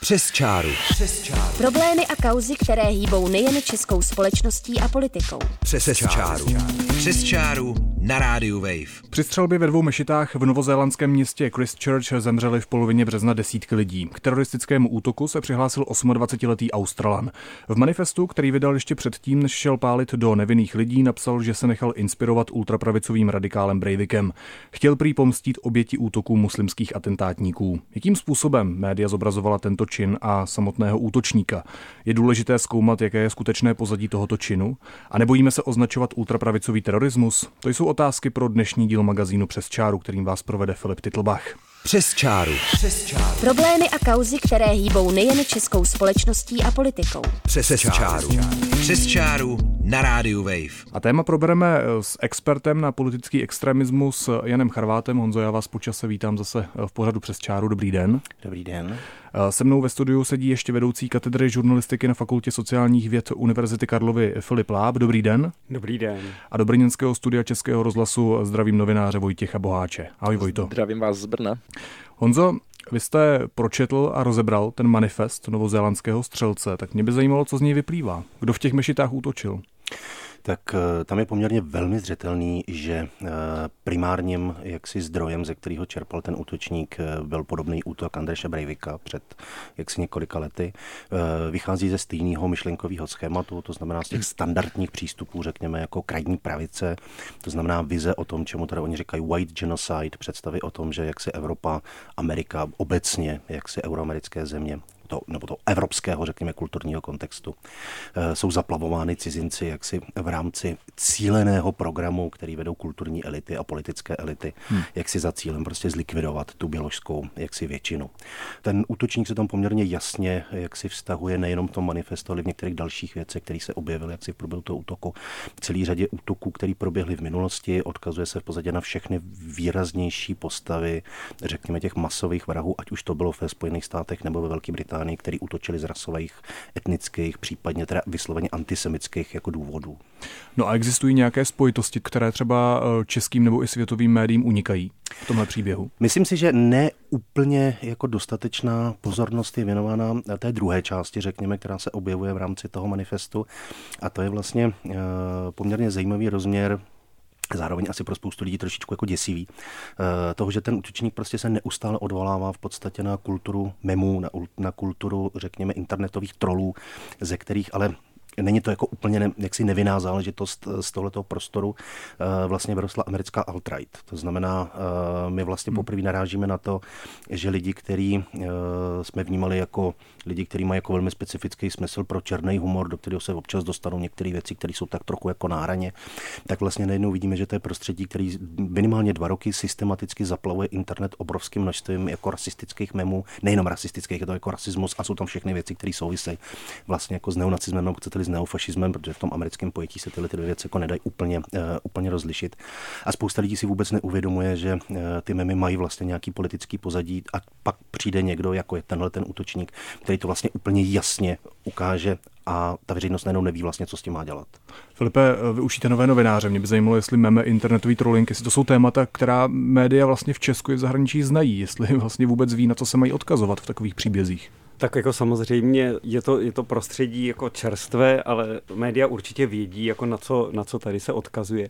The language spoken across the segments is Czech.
Přes čáru. Problémy a kauzy, které hýbou nejen českou společností a politikou. Přes čáru. Přes čáru na rádiu Wave. Při střelbě ve 2 mešitách v novozélandském městě Christchurch zemřeli v polovině března desítky lidí. K teroristickému útoku se přihlásil 28letý Australan. V manifestu, který vydal ještě předtím, než šel pálit do nevinných lidí, napsal, že se nechal inspirovat ultrapravicovým radikálem Breivikem. Chtěl prý pomstít oběti útoků muslimských atentátníků. Jakým způsobem média zobrazovala tento čin a samotného útočníka? Je důležité zkoumat, jaké je skutečné pozadí tohoto činu? A nebojíme se označovat ultrapravicový terorismus? To jsou otázky pro dnešní díl magazínu Přes čáru, kterým vás provede Filip Titlbach. Přes čáru. Problémy a kauzy, které hýbou nejen českou společností a politikou. Přes čáru. Přes čáru na rádiu Wave. A téma probereme s expertem na politický extremismus Janem Charvátem. Honzo, já vás po čase vítám zase v pořadu Přes čáru. Dobrý den. Dobrý den. Se mnou ve studiu sedí ještě vedoucí katedry žurnalistiky na Fakultě sociálních věd Univerzity Karlovy Filip Láb. Dobrý den. Dobrý den. A do brněnského studia Českého rozhlasu zdravím novináře Vojtěcha Boháče. Ahoj Vojto. Zdravím vás z Brna. Honzo, vy jste pročetl a rozebral ten manifest novozélandského střelce, tak mě by zajímalo, co z něj vyplývá. Kdo v těch mešitách útočil? Tak tam je poměrně velmi zřetelný, že primárním jaksi zdrojem, ze kterého čerpal ten útočník, byl podobný útok Andreše Breivika před jaksi několika lety. Vychází ze stejného myšlenkového schématu, to znamená z těch standardních přístupů, řekněme, jako krajní pravice, to znamená vize o tom, čemu tady oni říkají white genocide, představy o tom, že jaksi Evropa, Amerika, obecně jaksi euroamerické země, nebo to evropského, řekněme, kulturního kontextu, jsou zaplavovány cizinci jaksi v rámci cíleného programu, který vedou kulturní elity a politické elity, jaksi za cílem prostě zlikvidovat tu běložskou jaksi většinu. Ten útočník se tam poměrně jasně jaksi vztahuje nejenom v tom manifestu, ale v některých dalších věcech, které se objevily jaksi v průběhu toho útoku. V celé řadě útoků, které proběhly v minulosti, odkazuje se v podstatě na všechny výraznější postavy, řekněme, těch masových vrahů, ať už to bylo ve Spojených státech nebo ve Velké Británii, který útočili z rasových, etnických, případně teda vysloveně antisemických jako důvodů. No a existují nějaké spojitosti, které třeba českým nebo i světovým médiím unikají v tomhle příběhu? Myslím si, že ne úplně jako dostatečná pozornost je věnována té druhé části, řekněme, která se objevuje v rámci toho manifestu, a to je vlastně poměrně zajímavý rozměr, zároveň asi pro spoustu lidí trošičku jako děsivý, toho, že ten útočník prostě se neustále odvolává v podstatě na kulturu memů, na kulturu, řekněme, internetových trolů, ze kterých ale není to jako úplně jaksi nevinná záležitost z tohletoho prostoru. Vlastně vyrostla americká alt-right. To znamená, my vlastně poprvé narážíme na to, že lidi, který jsme vnímali jako lidi, kteří mají jako velmi specifický smysl pro černý humor, do kterého se občas dostanou některé věci, které jsou tak trochu jako na hraně, tak vlastně najednou vidíme, že to je prostředí, který minimálně 2 roky systematicky zaplavuje internet obrovským množstvím jako rasistických memů, nejenom rasistických, je to jako rasismus a jsou tam všechny věci, které souvisejí vlastně jako s neonacismem, nebo chcete-li s neofašismem, protože v tom americkém pojetí se tyhle dvě věci jako nedají úplně rozlišit. A spousta lidí si vůbec neuvědomuje, že ty memy mají vlastně nějaký politický pozadí, a pak přijde někdo, jako je tenhle ten útočník, který to vlastně úplně jasně ukáže a ta veřejnost najednou neví vlastně, co s tím má dělat. Filipe, vy učíte nové novináře. Mě by zajímalo, jestli meme, internetový trolling, jestli to jsou témata, která média vlastně v Česku i v zahraničí znají, jestli vlastně vůbec ví, na co se mají odkazovat v takových příbězích. Tak jako samozřejmě je to prostředí jako čerstvé, ale média určitě vědí, jako na co tady se odkazuje.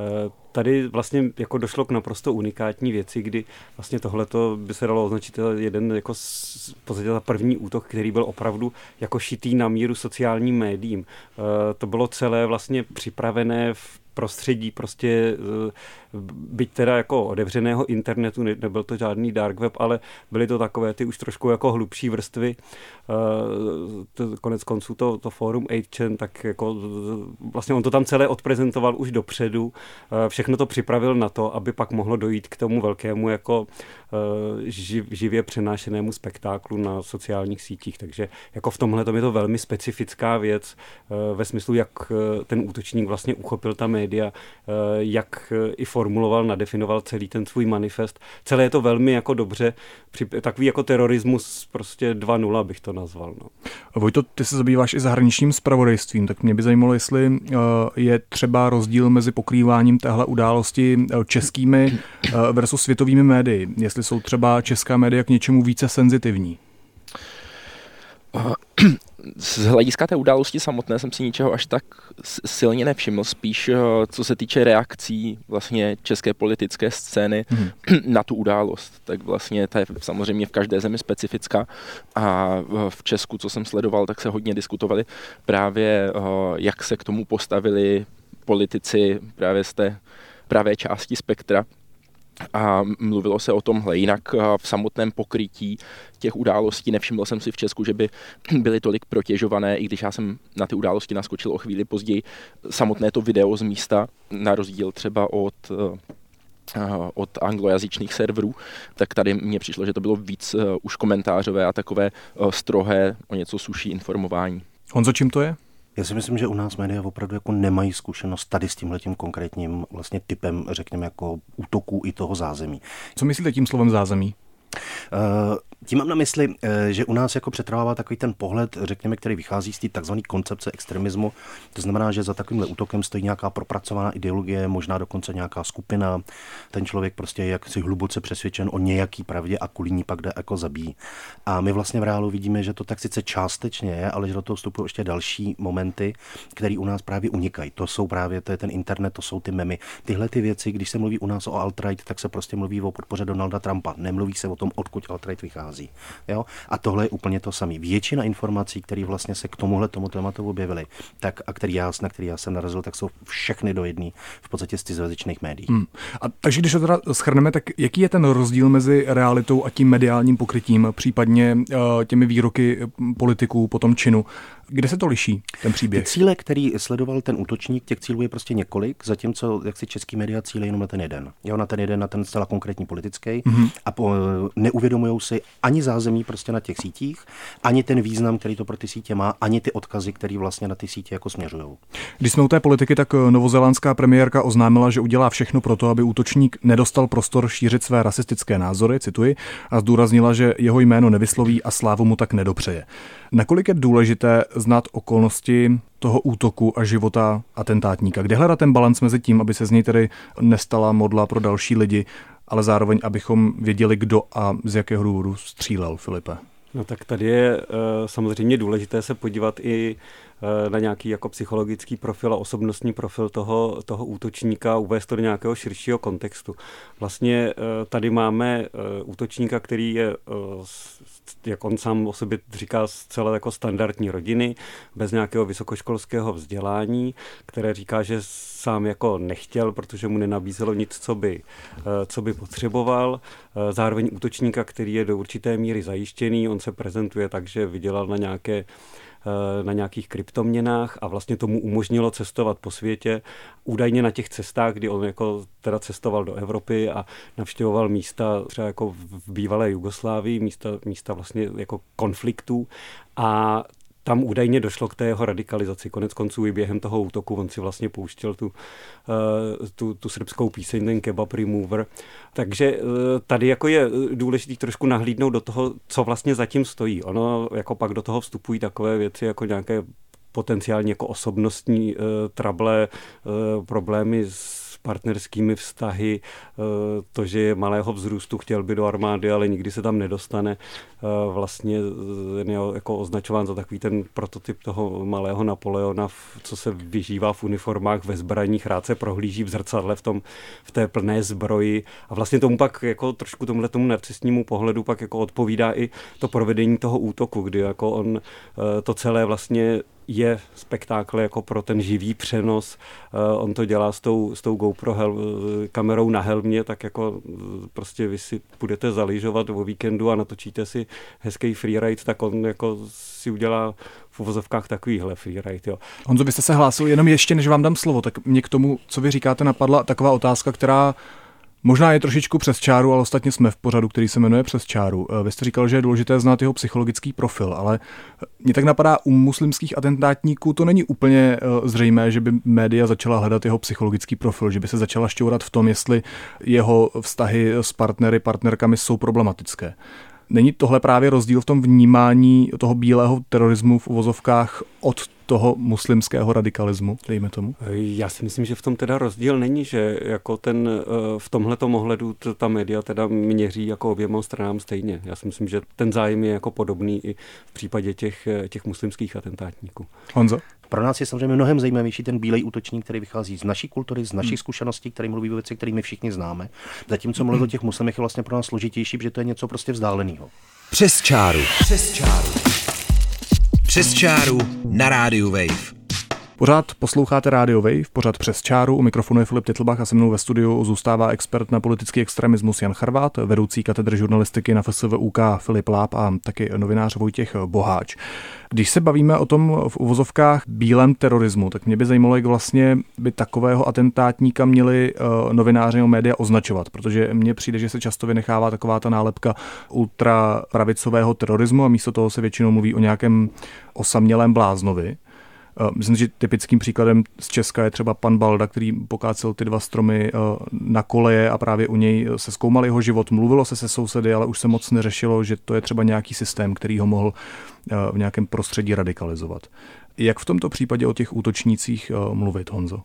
Tady vlastně jako došlo k naprosto unikátní věci, kdy vlastně tohleto by se dalo označit jeden jako v podstatě za první útok, který byl opravdu jako šitý na míru sociálním médiím. To bylo celé vlastně připravené v prostředí prostě, byť teda jako otevřeného internetu, nebyl to žádný dark web, ale byly to takové ty už trošku jako hlubší vrstvy. Konec konců to fórum 8chan, tak jako vlastně on to tam celé odprezentoval už dopředu. Všechno to připravil na to, aby pak mohlo dojít k tomu velkému jako živě přenášenému spektáklu na sociálních sítích. Takže jako v tomhle je to velmi specifická věc ve smyslu, jak ten útočník vlastně uchopil ta média, jak i formuloval, nadefinoval celý ten svůj manifest. Celé je to velmi jako dobře, takový jako terorismus prostě 2.0 bych to nazval. No. Vojto, ty se zabýváš i zahraničním zpravodajstvím, tak mě by zajímalo, jestli je třeba rozdíl mezi pokrýváním téhle události českými versus světovými médii, jestli jsou třeba česká média k něčemu více senzitivní. Z hlediska té události samotné jsem si ničeho až tak silně nevšiml, spíš co se týče reakcí vlastně české politické scény na tu událost. Tak vlastně ta je samozřejmě v každé zemi specifická a v Česku, co jsem sledoval, tak se hodně diskutovali právě, jak se k tomu postavili politici právě z té pravé části spektra. A mluvilo se o tomhle. Jinak v samotném pokrytí těch událostí nevšiml jsem si v Česku, že by byly tolik protěžované, i když já jsem na ty události naskočil o chvíli později. Samotné to video z místa, na rozdíl třeba od anglojazyčných serverů, tak tady mně přišlo, že to bylo víc už komentářové a takové strohé, o něco suší informování. Honzo, čím to je? Já si myslím, že u nás média opravdu jako nemají zkušenost tady s tímhletím konkrétním vlastně typem, řekněme, jako útoků i toho zázemí. Co myslíte tím slovem zázemí? Tím mám na mysli, že u nás jako přetrvává takový ten pohled, řekněme, který vychází z té takzvané koncepce extremismu. To znamená, že za takovýmhle útokem stojí nějaká propracovaná ideologie, možná dokonce nějaká skupina. Ten člověk prostě je jaksi hluboce přesvědčen o nějaký pravdě a kvůli ní pak jde jako zabíjí. A my vlastně v reálu vidíme, že to tak sice částečně je, ale že do toho vstupují ještě další momenty, které u nás právě unikají. To jsou právě, to je ten internet, to jsou ty memy. Tyhle ty věci, když se mluví u nás o alt-right, tak se prostě mluví o podpoře Donalda Trumpa. Nemluví se o tom, odkud alt-right vychází. Jo? A tohle je úplně to samé. Většina informací, které vlastně se k tomu tématu objevily, tak a na který já jsem narazil, tak jsou všechny do jedné v podstatě z cizojazyčných médií. A takže když to teda shrneme, tak jaký je ten rozdíl mezi realitou a tím mediálním pokrytím, případně těmi výroky politiků po tom činu? Kde se to liší, ten příběh? Ty cíle, který sledoval ten útočník, těch cílů je prostě několik, zatímco jak si český média cílí jenom na ten jeden. Jo, na ten zcela konkrétní politický a neuvědomujou si ani zázemí prostě na těch sítích, ani ten význam, který to pro ty sítě má, ani ty odkazy, které vlastně na ty sítě jako směřujou. Když jsme u té politiky, tak novozélandská premiérka oznámila, že udělá všechno pro to, aby útočník nedostal prostor šířit své rasistické názory, cituji, a zdůraznila, že jeho jméno nevysloví a slávu mu tak nedopřeje. Nakolik je důležité znát okolnosti toho útoku a života atentátníka? Kde hledat ten balanc mezi tím, aby se z něj tedy nestala modla pro další lidi, ale zároveň abychom věděli, kdo a z jakého důvodu střílel, Filipe? No tak tady je samozřejmě důležité se podívat i na nějaký jako psychologický profil a osobnostní profil toho útočníka, uvést to do nějakého širšího kontextu. Vlastně tady máme útočníka, který je, jak on sám o sobě říká, zcela jako standardní rodiny, bez nějakého vysokoškolského vzdělání, které říká, že sám jako nechtěl, protože mu nenabízelo nic, co by potřeboval. Zároveň útočníka, který je do určité míry zajištěný, on se prezentuje tak, že vydělal na nějakých kryptoměnách a vlastně tomu umožnilo cestovat po světě. Údajně na těch cestách, kdy on jako teda cestoval do Evropy a navštěvoval místa třeba jako v bývalé Jugoslávii, místa vlastně jako konfliktů a tam údajně došlo k té jeho radikalizaci. Konec konců i během toho útoku on si vlastně pouštěl tu srbskou píseň, ten Kebab Remover. Takže tady jako je důležité trošku nahlídnout do toho, co vlastně zatím stojí. Ono jako pak do toho vstupují takové věci jako nějaké potenciálně jako osobnostní trable, problémy s partnerskými vztahy, to, že je malého vzrůstu, chtěl by do armády, ale nikdy se tam nedostane. Vlastně je jako označován za takový ten prototyp toho malého Napoleona, co se vyžívá v uniformách, ve zbraních, rád se prohlíží v zrcadle v té plné zbroji a vlastně tomu pak jako trošku tomu narcistnímu pohledu pak jako odpovídá i to provedení toho útoku, kdy jako on to celé vlastně je spektákl jako pro ten živý přenos. On to dělá s tou GoPro kamerou na helmě, tak jako prostě vy si budete zalyžovat o víkendu a natočíte si hezký freeride, tak on jako si udělá v uvozovkách takovýhle freeride. Jo. Honzo, vy jste se hlásil jenom ještě, než vám dám slovo, tak mě k tomu, co vy říkáte, napadla taková otázka, která možná je trošičku přes čáru, ale ostatně jsme v pořadu, který se jmenuje Přes čáru. Vy jste říkal, že je důležité znát jeho psychologický profil, ale mě tak napadá, u muslimských atentátníků to není úplně zřejmé, že by média začala hledat jeho psychologický profil, že by se začala šťourat v tom, jestli jeho vztahy s partnerkami jsou problematické. Není tohle právě rozdíl v tom vnímání toho bílého terorismu v uvozovkách od toho muslimského radikalismu, dejme tomu? Já si myslím, že v tom teda rozdíl není, že jako v tomhletom ohledu ta média teda měří jako oběma stranám stejně. Já si myslím, že ten zájem je jako podobný i v případě těch muslimských atentátníků. Honzo? Pro nás je samozřejmě mnohem zajímavější ten bílej útočník, který vychází z naší kultury, z našich zkušeností, který mluví o věci, které my všichni známe. Zatímco mluvit o těch muslimech je vlastně pro nás složitější, protože to je něco prostě vzdáleného. Přes čáru. Přes čáru. Přes čáru na rádiu Wave. Pořád posloucháte Radio Wave, pořád Přes čáru, u mikrofonu je Filip Titlbach a se mnou ve studiu zůstává expert na politický extremismus Jan Charvát, vedoucí katedry žurnalistiky na FSVUK Filip Láb a taky novinář Vojtěch Boháč. Když se bavíme o tom v uvozovkách bílém terorismu, tak mě by zajímalo, jak vlastně by takového atentátníka měli novináři nebo média označovat, protože mně přijde, že se často vynechává taková ta nálepka ultrapravicového terorismu a místo toho se většinou mluví o nějakém osamělém bláznovi. Myslím, že typickým příkladem z Česka je třeba pan Balda, který pokácel ty 2 stromy na koleje a právě u něj se zkoumal jeho život. Mluvilo se sousedy, ale už se moc neřešilo, že to je třeba nějaký systém, který ho mohl v nějakém prostředí radikalizovat. Jak v tomto případě o těch útočnících mluvit, Honzo?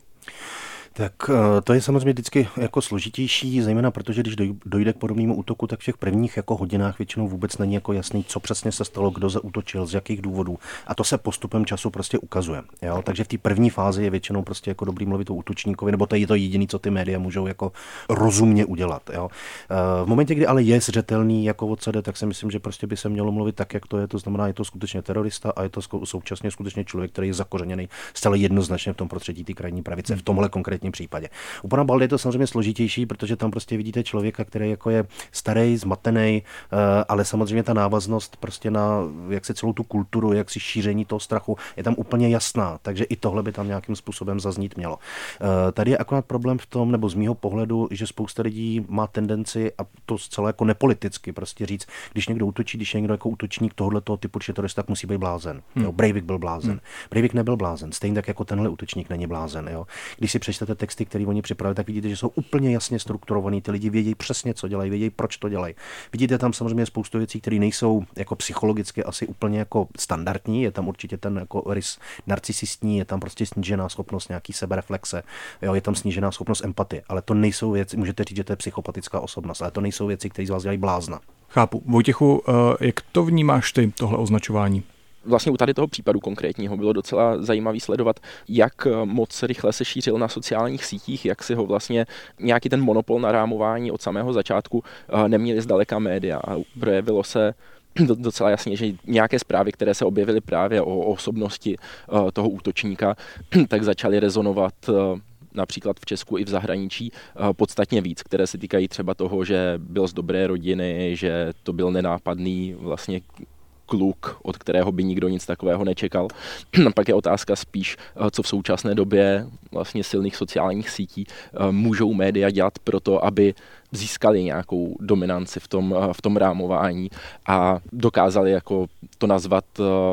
Tak to je samozřejmě vždycky jako složitější, zejména protože když dojde k podobnému útoku, tak v těch prvních jako hodinách většinou vůbec není jako jasný, co přesně se stalo, kdo zaútočil, z jakých důvodů. A to se postupem času prostě ukazuje. Jo? Takže v té první fázi je většinou prostě jako dobrý mluvit o útočníkovi, nebo to je to jediné, co ty média můžou jako rozumně udělat. Jo? V momentě, kdy ale je zřetelný jako o co jde, tak si myslím, že prostě by se mělo mluvit tak, jak to je. To znamená, je to skutečně terorista a je to současně skutečně člověk, který je zakořeněný zcela jednoznačně v tom prostředí té krajní pravice, v tomhle konkrétním případě. U pana Baldy je to samozřejmě složitější, protože tam prostě vidíte člověka, který jako je starý, zmatený, ale samozřejmě ta návaznost prostě na jak se celou tu kulturu, jak si šíření toho strachu je tam úplně jasná, takže i tohle by tam nějakým způsobem zaznít mělo. Tady je akorát problém v tom, nebo z mýho pohledu, že spousta lidí má tendenci, a to zcela jako nepoliticky, prostě říct, když někdo útočí, když je někdo jako útočník tohoto typu terorista, tak musí být blázen. Jo, Breivik byl blázen. Breivik nebyl blázen, stejně tak jako tenhle útočník není blázen. Jo. Když si přečtete texty, které oni připravili, tak vidíte, že jsou úplně jasně strukturovaný. Ty lidi vědí přesně, co dělají, vědí, proč to dělají. Vidíte tam samozřejmě spoustu věcí, které nejsou jako psychologicky asi úplně jako standardní. Je tam určitě ten jako rys narcisistní, je tam prostě snížená schopnost nějaký sebereflexe, jo, je tam snížená schopnost empatie, ale to nejsou věci, můžete říct, že to je psychopatická osobnost, ale to nejsou věci, které z vás dělají blázna. Chápu. Vojtěchu, jak to vnímáš ty, tohle označování? Vlastně u tady toho případu konkrétního bylo docela zajímavý sledovat, jak moc rychle se šířil na sociálních sítích, jak si ho vlastně nějaký ten monopol na rámování od samého začátku neměli zdaleka média. A projevilo se docela jasně, že nějaké zprávy, které se objevily právě o osobnosti toho útočníka, tak začaly rezonovat například v Česku i v zahraničí podstatně víc, které se týkají třeba toho, že byl z dobré rodiny, že to byl nenápadný vlastně kluk, od kterého by nikdo nic takového nečekal. Pak je otázka spíš, co v současné době vlastně silných sociálních sítí můžou média dělat pro to, aby získali nějakou dominanci v tom rámování a dokázali jako to nazvat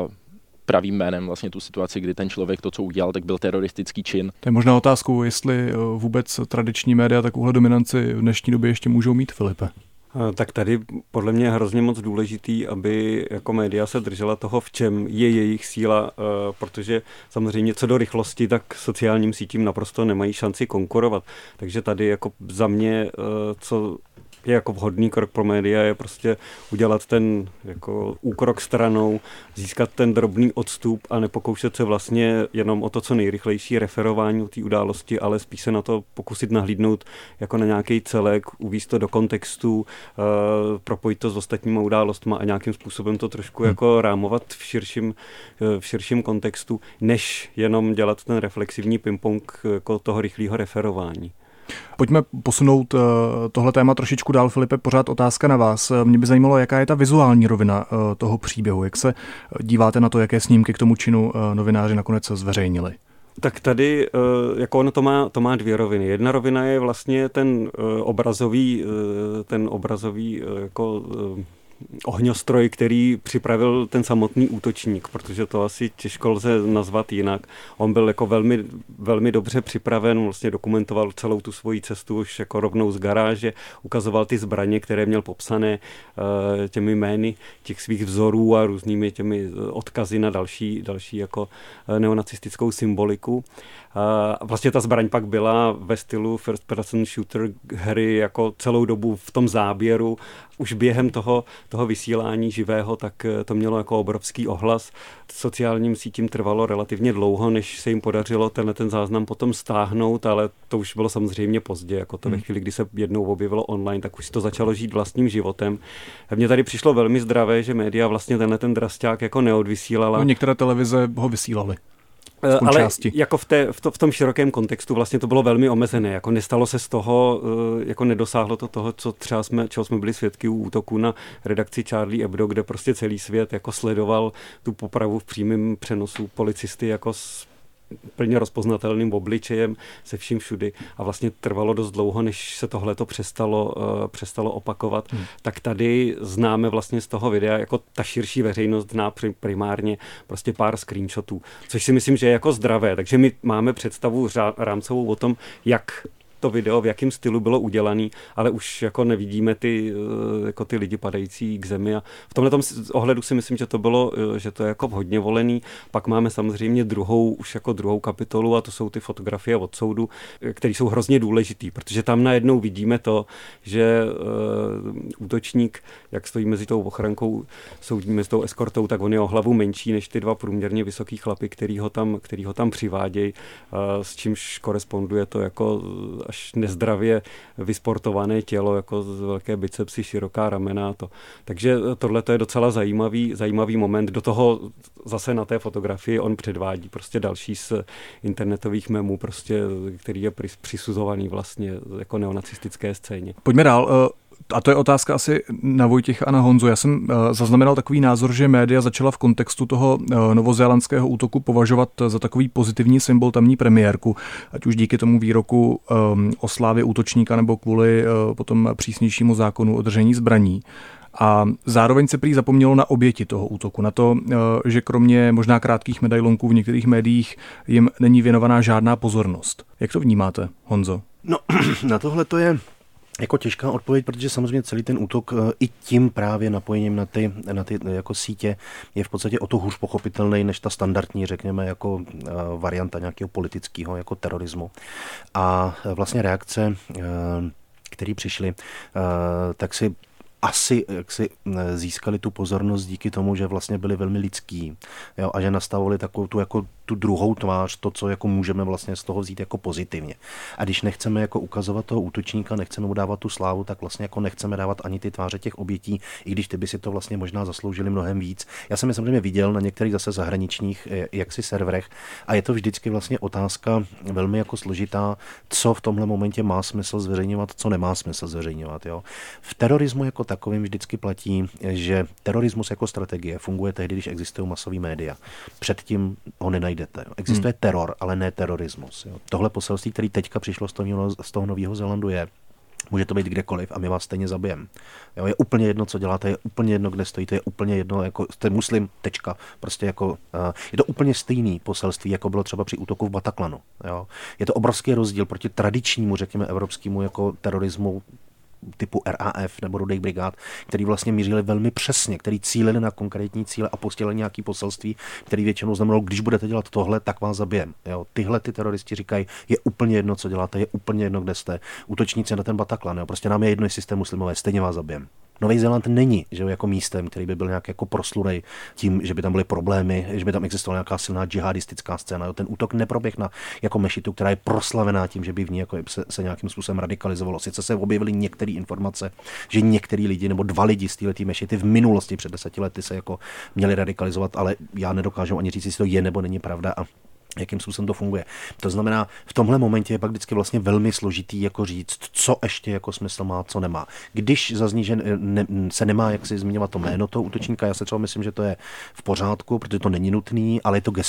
pravým jménem vlastně tu situaci, kdy ten člověk to, co udělal, tak byl teroristický čin. To je možná otázkou, jestli vůbec tradiční média takovouhle dominanci v dnešní době ještě můžou mít, Filipe. Tak tady podle mě je hrozně moc důležitý, aby jako média se držela toho, v čem je jejich síla, protože samozřejmě co do rychlosti, tak sociálním sítím naprosto nemají šanci konkurovat. Takže tady jako za mě, co je jako vhodný krok pro média, je prostě udělat ten jako úkrok stranou, získat ten drobný odstup a nepokoušet se vlastně jenom o to, co nejrychlejší referování té události, ale spíš se na to pokusit nahlídnout jako na nějaký celek, uvést to do kontextu, propojit to s ostatníma událostma a nějakým způsobem to trošku jako rámovat v širším kontextu, než jenom dělat ten reflexivní ping-pong jako toho rychlého referování. Pojďme posunout tohle téma trošičku dál, Filipe, pořád otázka na vás. Mě by zajímalo, jaká je ta vizuální rovina toho příběhu, jak se díváte na to, jaké snímky k tomu činu novináři nakonec zveřejnili. Tak tady jako ono to má 2 roviny. Jedna rovina je vlastně ten obrazový jako ohňostroj, který připravil ten samotný útočník, protože to asi těžko lze nazvat jinak. On byl jako velmi, velmi dobře připraven, vlastně dokumentoval celou tu svoji cestu už jako rovnou z garáže, ukazoval ty zbraně, které měl popsané těmi jmény těch svých vzorů a různými těmi odkazy na další jako neonacistickou symboliku. Vlastně ta zbraň pak byla ve stylu first person shooter hry jako celou dobu v tom záběru. Už během toho vysílání živého, tak to mělo jako obrovský ohlas. Sociálním sítím trvalo relativně dlouho, než se jim podařilo ten záznam potom stáhnout, ale to už bylo samozřejmě pozdě. Jako to ve chvíli, kdy se jednou objevilo online, tak už to začalo žít vlastním životem. Mně tady přišlo velmi zdravé, že média vlastně ten drasťák jako neodvysílala. No, některé televize ho vysílaly. Ale jako v tom širokém kontextu vlastně to bylo velmi omezené. Jako nestalo se z toho, jako nedosáhlo to toho, čeho jsme byli svědky u útoku na redakci Charlie Hebdo, kde prostě celý svět jako sledoval tu popravu v přímém přenosu policisty jako s plně rozpoznatelným obličejem se vším všudy a vlastně trvalo dost dlouho, než se tohleto přestalo opakovat. Tak tady známe vlastně z toho videa, jako ta širší veřejnost zná primárně prostě pár screenshotů, což si myslím, že je jako zdravé. Takže my máme představu rámcovou o tom, jak to video, v jakém stylu bylo udělané, ale už jako nevidíme ty lidi padající k zemi a v tomhle ohledu si myslím, že to je jako hodně volený. Pak máme samozřejmě druhou kapitolu a to jsou ty fotografie od soudu, které jsou hrozně důležitý, protože tam najednou vidíme to, že útočník, jak stojí mezi tou ochrankou soudní, mezi tou eskortou, tak on je o hlavu menší než ty dva průměrně vysoký chlapy, který ho tam přivádějí, s čímž koresponduje to jako až nezdravě vysportované tělo, jako velké bicepsy, široká ramena. Takže tohle je docela zajímavý moment. Do toho zase na té fotografii on předvádí prostě další z internetových memů, prostě, který je přisuzovaný vlastně jako neonacistické scéně. Pojďme dál. A to je otázka asi na Vojtěcha a na Honzu. Já jsem zaznamenal takový názor, že média začala v kontextu toho novozélandského útoku považovat za takový pozitivní symbol tamní premiérku, ať už díky tomu výroku o slávě útočníka nebo kvůli potom přísnějšímu zákonu o držení zbraní. A zároveň se prý zapomnělo na oběti toho útoku, na to, že kromě možná krátkých medailonků v některých médiích jim není věnovaná žádná pozornost. Jak to vnímáte, Honzo? No, na tohle to je jako těžká odpověď, protože samozřejmě celý ten útok i tím právě napojením na ty jako sítě je v podstatě o to hůř pochopitelný než ta standardní, řekněme, jako varianta nějakého politického jako terorismu. A vlastně reakce, které přišly, tak si asi jaksi získali tu pozornost díky tomu, že vlastně byli velmi lidský, jo, a že nastavovali takovou tu druhou tvář, to, co jako můžeme vlastně z toho vzít jako pozitivně. A když nechceme jako ukazovat toho útočníka, nechceme mu dávat tu slávu, tak vlastně jako nechceme dávat ani ty tváře těch obětí, i když ty by si to vlastně možná zasloužili mnohem víc. Já jsem je samozřejmě viděl na některých zase zahraničních jaksi serverech a je to vždycky vlastně otázka velmi jako složitá, co v tomhle momentě má smysl zveřejňovat, co nemá smysl zveřejňovat. Jo. V terorismu jako takovým vždycky platí, že terorismus jako strategie funguje tehdy, když existují masový média. Předtím ho nenajdete. Existuje teror, ale ne terorismus. Jo. Tohle poselství, který teďka přišlo z toho Nového Zélandu je, může to být kdekoliv a my vás stejně zabijeme. Je úplně jedno, co děláte, je úplně jedno, kde stojíte, je úplně jedno, jako jste muslim, tečka. Prostě jako, je to úplně stejný poselství, jako bylo třeba při útoku v Bataclanu. Jo. Je to obrovský rozdíl proti tradičnímu, řekněme, evropskému jako terorismu typu RAF nebo Rudých brigád, který vlastně mířili velmi přesně, který cílili na konkrétní cíle a posílali nějaký poselství, který většinou znamenalo, když budete dělat tohle, tak vás zabijem. Jo, tyhle ty teroristi říkají, je úplně jedno, co děláte, je úplně jedno, kde jste. Útočníci na ten Bataclan, jo, prostě nám je jedno, jestli jste muslimové, stejně vás zabijem. Nový Zéland není, že jako místem, který by byl nějak jako proslulej tím, že by tam byly problémy, že by tam existovala nějaká silná džihadistická scéna. Jo. Ten útok neproběh na jako mešitu, která je proslavená tím, že by v ní jako se nějakým způsobem radikalizovalo. Sice se objevily některé informace, že některý lidi nebo dva lidi z této mešity v minulosti před 10 lety se jako měli radikalizovat, ale já nedokážu ani říct, jestli to je nebo není pravda a jakým způsobem to funguje. To znamená, v tomhle momentě je pak vždycky vlastně velmi složitý jako říct, co ještě jako smysl má, co nemá. Když zazní, že se nemá jak si zmiňovat to jméno toho útočníka, já se třeba myslím, že to je v pořádku, protože to není nutný, ale je to gesto.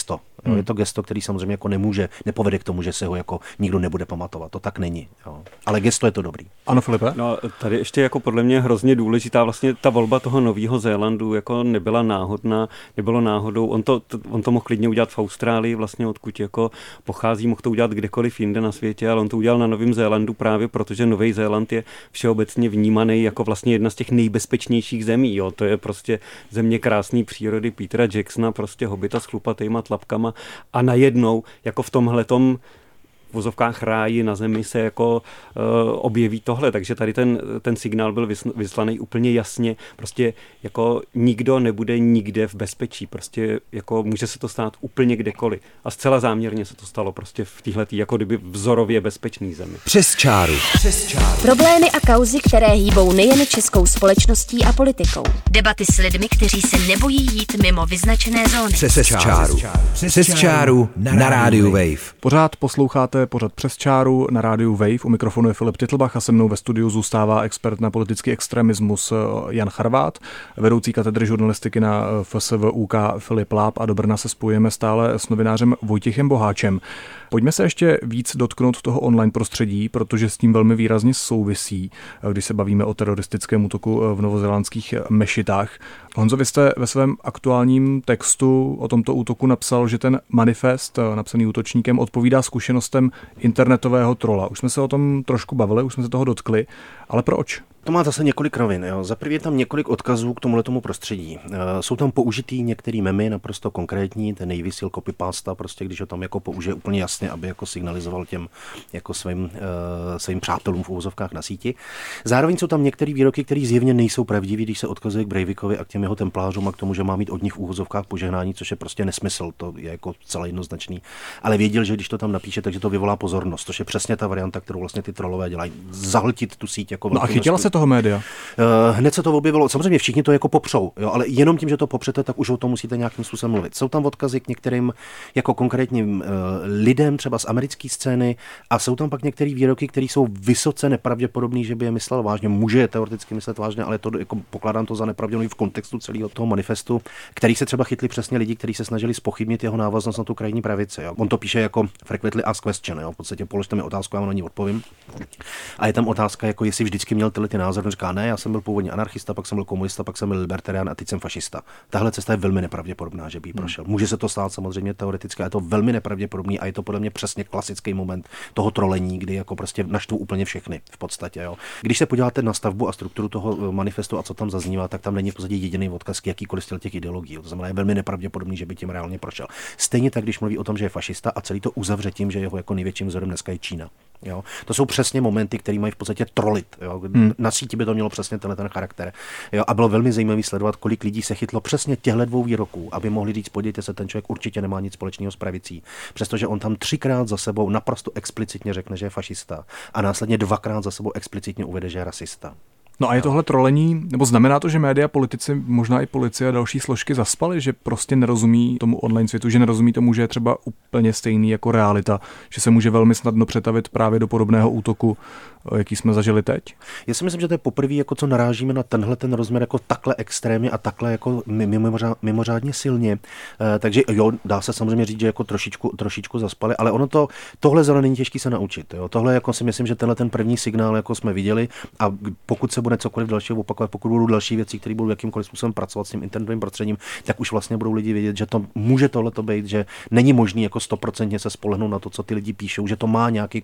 Je to gesto, který samozřejmě jako nepovede k tomu, že se ho jako nikdo nebude pamatovat. To tak není. Jo. Ale gesto je to dobrý. Ano, Filipe? No, tady ještě jako podle mě hrozně důležitá vlastně ta volba toho Nového Zélandu jako nebyla náhodná, nebylo náhodou. On to mohl klidně udělat v Austrálii, vlastně odkud jako pochází, mohl to udělat kdekoliv jinde na světě, ale on to udělal na Novém Zélandu právě protože Nový Zéland je všeobecně vnímaný jako vlastně jedna z těch nejbezpečnějších zemí. Jo. To je prostě země krásné přírody Petera Jacksona, prostě hobita s chlupatýma tlapkama a najednou jako v tomhletom v vozovkách ráji na zemi se jako objeví tohle, takže tady ten signál byl vyslaný úplně jasně, prostě jako nikdo nebude nikde v bezpečí, prostě jako může se to stát úplně kdekoliv a zcela záměrně se to stalo prostě v téhletý jako kdyby vzorově bezpečný zemi. Přes čáru. Problémy a kauzy, které hýbou nejen českou společností a politikou. Debaty s lidmi, kteří se nebojí jít mimo vyznačené zóny. Přes čáru. Přes čáru na rádiu Wave. Pořád posloucháte pořad Přes čáru na rádiu Wave. U mikrofonu je Filip Titlbach a se mnou ve studiu zůstává expert na politický extremismus Jan Charvát, vedoucí katedry žurnalistiky na FSVUK Filip Láb a do Brna se spojujeme stále s novinářem Vojtěchem Boháčem. Pojďme se ještě víc dotknout toho online prostředí, protože s tím velmi výrazně souvisí, když se bavíme o teroristickém útoku v novozélandských mešitách. Honzo, vy jste ve svém aktuálním textu o tomto útoku napsal, že ten manifest, napsaný útočníkem, odpovídá zkušenostem internetového trola. Už jsme se o tom trošku bavili, už jsme se toho dotkli, ale proč? To má zase několik rovin. Jo. Za prvé je tam několik odkazů k tomuhletomu prostředí. Jsou tam použitý některý memy naprosto konkrétní, ten nejvysil copypasta, prostě když ho tam jako použije úplně jasně, aby jako signalizoval těm jako svým přátelům v uvozovkách na síti. Zároveň jsou tam některé výroky, které zjevně nejsou pravdivé, když se odkazuje k Breivikovi a k těm jeho templářům a k tomu, že má mít od nich v uvozovkách požehnání, což je prostě nesmysl, to je jako celé jednoznačný. Ale věděl, že když to tam napíše, takže to vyvolá pozornost, což je přesně ta varianta, kterou vlastně ty trolové dělají, zahltit tu síť jako. No a chytila se toho média? Hned se to objevilo. Samozřejmě všichni to jako popřou, jo, ale jenom tím, že to popřete, tak už o tom musíte nějakým způsobem mluvit. Jsou tam odkazy k některým jako konkrétním lidem, třeba z americké scény, a jsou tam pak některé výroky, které jsou vysoce nepravděpodobné, že by je myslel vážně. Může je teoreticky myslet vážně, ale to jako pokládám to za nepravděpodobný v kontextu celého toho manifestu, který se třeba chytli přesně lidi, kteří se snažili zpochybnit jeho návaznost na tu krajní pravici. Jo. On to píše jako frequently asked question, jo. V podstatě položte mi otázku, já vám na ní odpovím. A je tam otázka, jako jestli vždycky měl tyhle ty názor, říká, ne, já jsem byl původně anarchista, pak jsem byl komunista, pak jsem byl libertarián a teď jsem fašista. Tahle cesta je velmi nepravděpodobná, že by jí prošel. Může se to stát samozřejmě teoreticky, ale je to velmi nepravděpodobný a je to podle mě přesně klasický moment toho trolení, kdy jako prostě naštvu úplně všechny v podstatě. Jo. Když se podíváte na stavbu a strukturu toho manifestu a co tam zaznívá, tak tam není v podstatě jediný odkaz k jakýkoliv z těch ideologií. To znamená, je velmi nepravděpodobný, že by tím reálně prošel. Stejně tak, když mluví o tom, že je fašista a celý to uzavře tím, že jeho jako největším vzorem dneska je Čína. Jo. To jsou přesně momenty, které mají v podstatě trolit. Jo. Na síti by to mělo přesně ten charakter. Jo. A bylo velmi zajímavé sledovat, kolik lidí se chytlo přesně těchto dvou výroků, aby mohli říct, podívejte se, ten člověk určitě nemá nic společného s pravicí. Přestože on tam 3krát za sebou naprosto explicitně řekne, že je fašista a následně 2krát za sebou explicitně uvede, že je rasista. No a je tohle trolení, nebo znamená to, že média, politici, možná i policie a další složky zaspali, že prostě nerozumí tomu online světu, že nerozumí tomu, že je třeba úplně stejný jako realita, že se může velmi snadno přetavit právě do podobného útoku, jaký jsme zažili teď? Já si myslím, že to je poprvé, jako co narážíme na tenhle ten rozměr jako takhle extrémně a takhle jako mimořádně silně. Takže jo, dá se samozřejmě říct, že jako trošičku zaspali, ale tohle zrovna není těžký se naučit. Jo. Tohle jako si myslím, že tenhle ten první signál jako jsme viděli a pokud se bude cokoliv dalšího opakovat, pokud budou další věci, které budou jakýmkoliv způsobem pracovat s tím internetovým prostředím, tak už vlastně budou lidi vědět, že to může tohleto být, že není možný jako 100% se spolehnout na to, co ty lidi píšou, že to má nějaký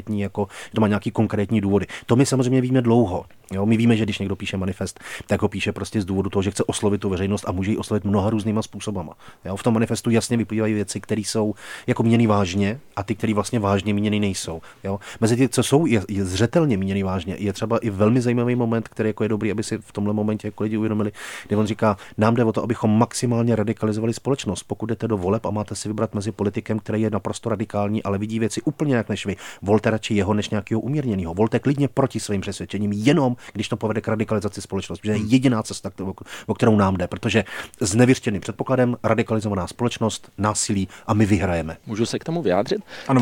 konkrétní důvody. To my samozřejmě víme dlouho. Jo, my víme, že když někdo píše manifest, tak ho píše prostě z důvodu toho, že chce oslovit tu veřejnost a může ji oslovit mnoha různýma způsobama. Jo, v tom manifestu jasně vyplývají věci, které jsou jako míněny vážně a ty, které vlastně vážně míněny nejsou. Jo. Mezi ty, co jsou je zřetelně míněny vážně, je třeba i velmi zajímavý moment, který jako je dobrý, aby si v tomhle momentě jako lidi uvědomili, kdy on říká, nám jde o to, abychom maximálně radikalizovali společnost. Pokud jdete do voleb a máte si vybrat mezi politikem, který je naprosto radikální, ale vidí věci úplně jinak než vy, volte radši jeho než nějakého umírněného. Volte klidně proti svým přesvědčením, jenom když to povede k radikalizaci společnosti. Že je jediná cesta, o kterou nám jde, protože s nevyřčeným předpokladem radikalizovaná společnost, násilí a my vyhrajeme. Můžu se k tomu vyjádřit? Ano,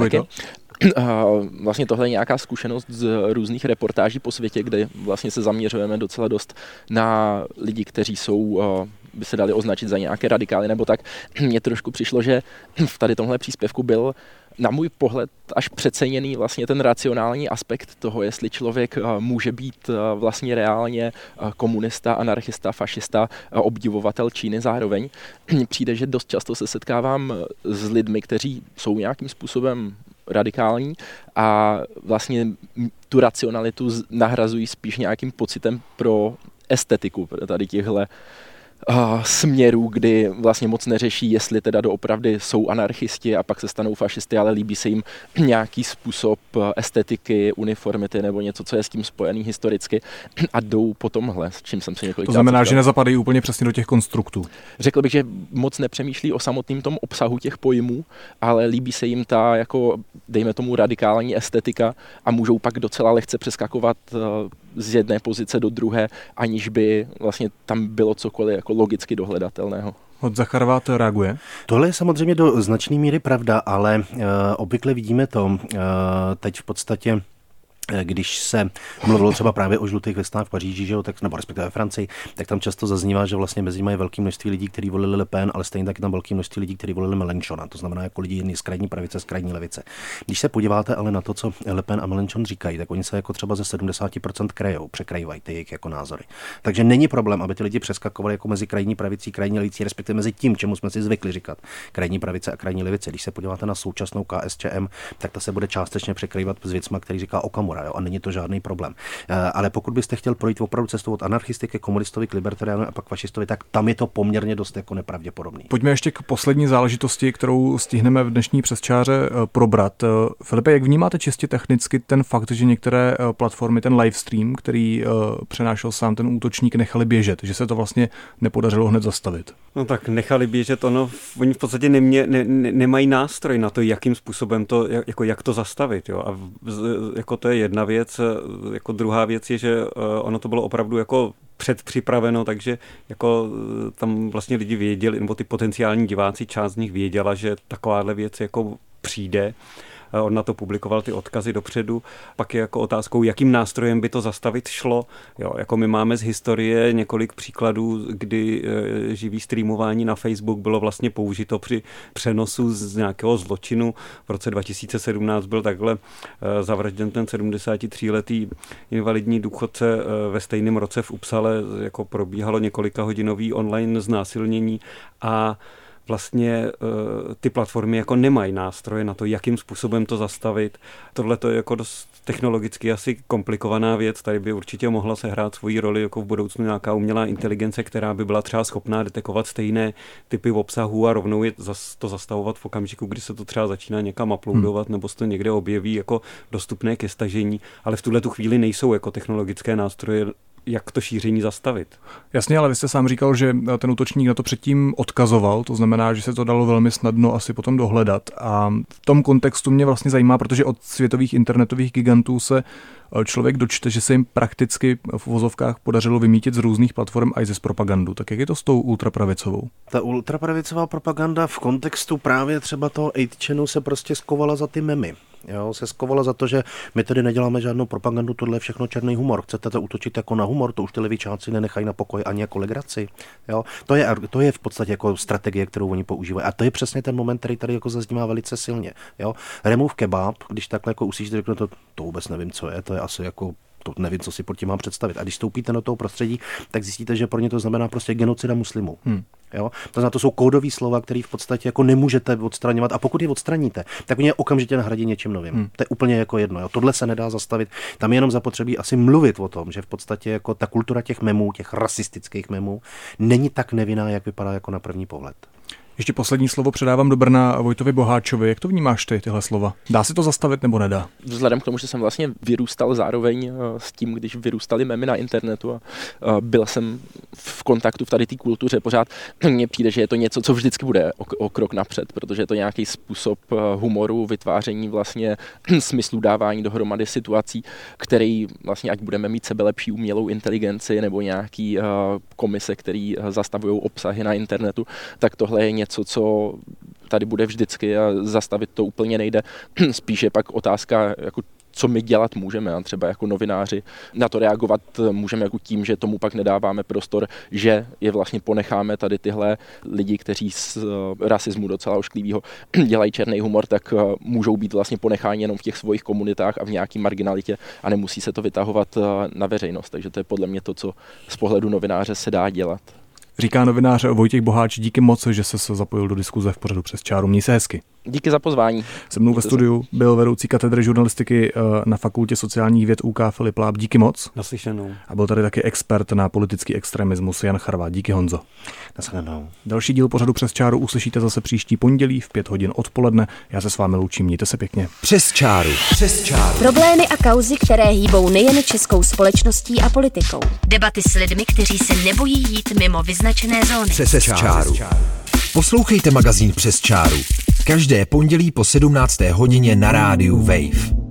Vlastně tohle je nějaká zkušenost z různých reportáží po světě, kde vlastně se zaměřujeme docela dost na lidi, kteří jsou by se dali označit za nějaké radikály nebo tak. Mně trošku přišlo, že v tady tomhle příspěvku byl na můj pohled až přeceněný vlastně ten racionální aspekt toho, jestli člověk může být vlastně reálně komunista, anarchista, fašista, obdivovatel Číny zároveň. Mně přijde, že dost často se setkávám s lidmi, kteří jsou nějakým způsobem radikální a vlastně tu racionalitu nahrazují spíš nějakým pocitem pro estetiku tady těchhle směrů, kdy vlastně moc neřeší, jestli teda doopravdy jsou anarchisti a pak se stanou fašisty, ale líbí se jim nějaký způsob estetiky, uniformity nebo něco, co je s tím spojený historicky a jdou po tomhle, s čím jsem se několikrát. To znamená, že nezapadají úplně přesně do těch konstruktů. Řekl bych, že moc nepřemýšlí o samotném tom obsahu těch pojmů, ale líbí se jim ta, jako dejme tomu, radikální estetika a můžou pak docela lehce přeskakovat z jedné pozice do druhé, aniž by vlastně tam bylo cokoliv jako logicky dohledatelného. Od Zacharvát reaguje? Tohle je samozřejmě do značné míry pravda, ale obvykle vidíme to teď v podstatě, když se mluvilo třeba právě o žlutých vestách v Paříži, že jo, tak, nebo respektive ve Francii, tak tam často zaznívá, že vlastně mezi nimi je velké množství lidí, kteří volili Le Pen, ale stejně tak je tam velké množství lidí, kteří volili Mélenchona. To znamená jako lidi z krajní pravice, z krajní levice. Když se podíváte ale na to, co Le Pen a Mélenchon říkají, tak oni se jako třeba ze 70% překrývají ty jejich jako názory. Takže není problém, aby ty lidi přeskakovali jako mezi krajní pravicí, krajní levicí, respektive mezi tím, čemu jsme si zvykli říkat, krajní pravice a krajní levice. Když se podíváte na současnou KSČM, tak ta se bude částečně překrývat s věcma, který říká Okamura. Jo, a není to žádný problém. Ale pokud byste chtěl projít opravdu cestou od anarchisty ke komunistovi, k libertariánu a pak fašistovi, tak tam je to poměrně dost jako nepravděpodobný. Pojďme ještě k poslední záležitosti, kterou stihneme v dnešní přesčáře probrat. Filipe, jak vnímáte čistě technicky ten fakt, že některé platformy ten livestream, který přenášel sám ten útočník, nechali běžet, že se to vlastně nepodařilo hned zastavit? No tak nechali běžet, oni v podstatě nemají nástroj na to, jakým způsobem to, jak to zastavit. Jo? A jako to je jedna věc. Jako druhá věc je, že ono to bylo opravdu jako předpřipraveno, takže jako tam vlastně lidi věděli, nebo ty potenciální diváci, část z nich věděla, že takováhle věc jako přijde. On na to publikoval ty odkazy dopředu. Pak je jako otázkou, jakým nástrojem by to zastavit šlo. Jo, jako my máme z historie několik příkladů, kdy živý streamování na Facebook bylo vlastně použito při přenosu z nějakého zločinu. V roce 2017 byl takhle zavražděn ten 73letý invalidní důchodce. Ve stejném roce v Uppsale jako probíhalo několikahodinový online znásilnění a vlastně ty platformy jako nemají nástroje na to, jakým způsobem to zastavit. Tohle to je jako dost technologicky asi komplikovaná věc. Tady by určitě mohla sehrát svoji roli jako v budoucnu nějaká umělá inteligence, která by byla třeba schopná detekovat stejné typy obsahu a rovnou je to zastavovat v okamžiku, kdy se to třeba začíná někam uploadovat nebo se to někde objeví jako dostupné ke stažení. Ale v tuhletu chvíli nejsou jako technologické nástroje, jak to šíření zastavit. Jasně, ale vy jste sám říkal, že ten útočník na to předtím odkazoval, to znamená, že se to dalo velmi snadno asi potom dohledat. A v tom kontextu mě vlastně zajímá, protože od světových internetových gigantů se člověk dočte, že se jim prakticky v uvozovkách podařilo vymítit z různých platform a i ze propagandu. Tak jak je to s tou ultrapravicovou? Ta ultrapravicová propaganda v kontextu právě třeba toho 8chanu se prostě skovala za ty memy. Jo, se skovala za to, že my tady neděláme žádnou propagandu, tohle je všechno černý humor. Chcete to útočit jako na humor, to už ty levičáci nenechají na pokoj ani jako legraci. Jo, to je v podstatě jako strategie, kterou oni používají. A to je přesně ten moment, který tady jako zaznívá velice silně. Jo, remove kebab, když takhle jako uslyšíte, řekne to vůbec nevím, co je, to je asi jako to nevím, co si pod tím mám představit. A když vstoupíte do toho prostředí, tak zjistíte, že pro ně to znamená prostě genocida muslimů. Jo? To znamená, to jsou kódové slova, které v podstatě jako nemůžete odstraňovat. A pokud je odstraníte, tak oni je okamžitě nahradí něčím novým. To je úplně jako jedno. Jo? Tohle se nedá zastavit. Tam je jenom zapotřebí asi mluvit o tom, že v podstatě jako ta kultura těch memů, těch rasistických memů, není tak nevinná, jak vypadá jako na první pohled. Ještě poslední slovo předávám do Brna Vojtovi Boháčovi. Jak to vnímáš tyhle slova? Dá se to zastavit nebo nedá? Vzhledem k tomu, že jsem vlastně vyrůstal zároveň s tím, když vyrůstaly memy na internetu a byl jsem v kontaktu v tady té kultuře pořád, mně přijde, že je to něco, co vždycky bude o krok napřed, protože je to nějaký způsob humoru, vytváření vlastně smyslu dávání dohromady situací, který vlastně, ať budeme mít sebelepší umělou inteligenci nebo nějaký komise, který zastavují obsahy na internetu, tak tohle je něco, co tady bude vždycky a zastavit to úplně nejde. Spíš je pak otázka jako co my dělat můžeme a třeba jako novináři na to reagovat můžeme jako tím, že tomu pak nedáváme prostor, že je vlastně ponecháme tady tyhle lidi, kteří z rasismu docela ošklivýho dělají černý humor, tak můžou být vlastně ponecháni jenom v těch svých komunitách a v nějaký marginalitě a nemusí se to vytahovat na veřejnost. Takže to je podle mě to, co z pohledu novináře se dá dělat. Říká novinář Vojtěch Boháč, díky moc, že se zapojil do diskuze v pořadu Přes čáru. Měj se hezky. Díky za pozvání. Se mnou ve studiu byl vedoucí katedry žurnalistiky na Fakultě sociálních věd UK Filip Láb. Díky moc. Naslyšenou. A byl tady taky expert na politický extremismus Jan Charva. Díky, Honzo. Naslyšenou. Další díl pořadu Přes čáru uslyšíte zase příští pondělí v 5 hodin odpoledne. Já se s vámi loučím, mějte se pěkně. Přes čáru. Přes čáru. Problémy a kauzy, které hýbou nejen českou společností a politikou. Debaty s lidmi, kteří se nebojí jít mimo vyznačené zóny. Přes čáru. Poslouchejte magazín Přes čáru. Každé pondělí po 17. hodině na rádiu Wave.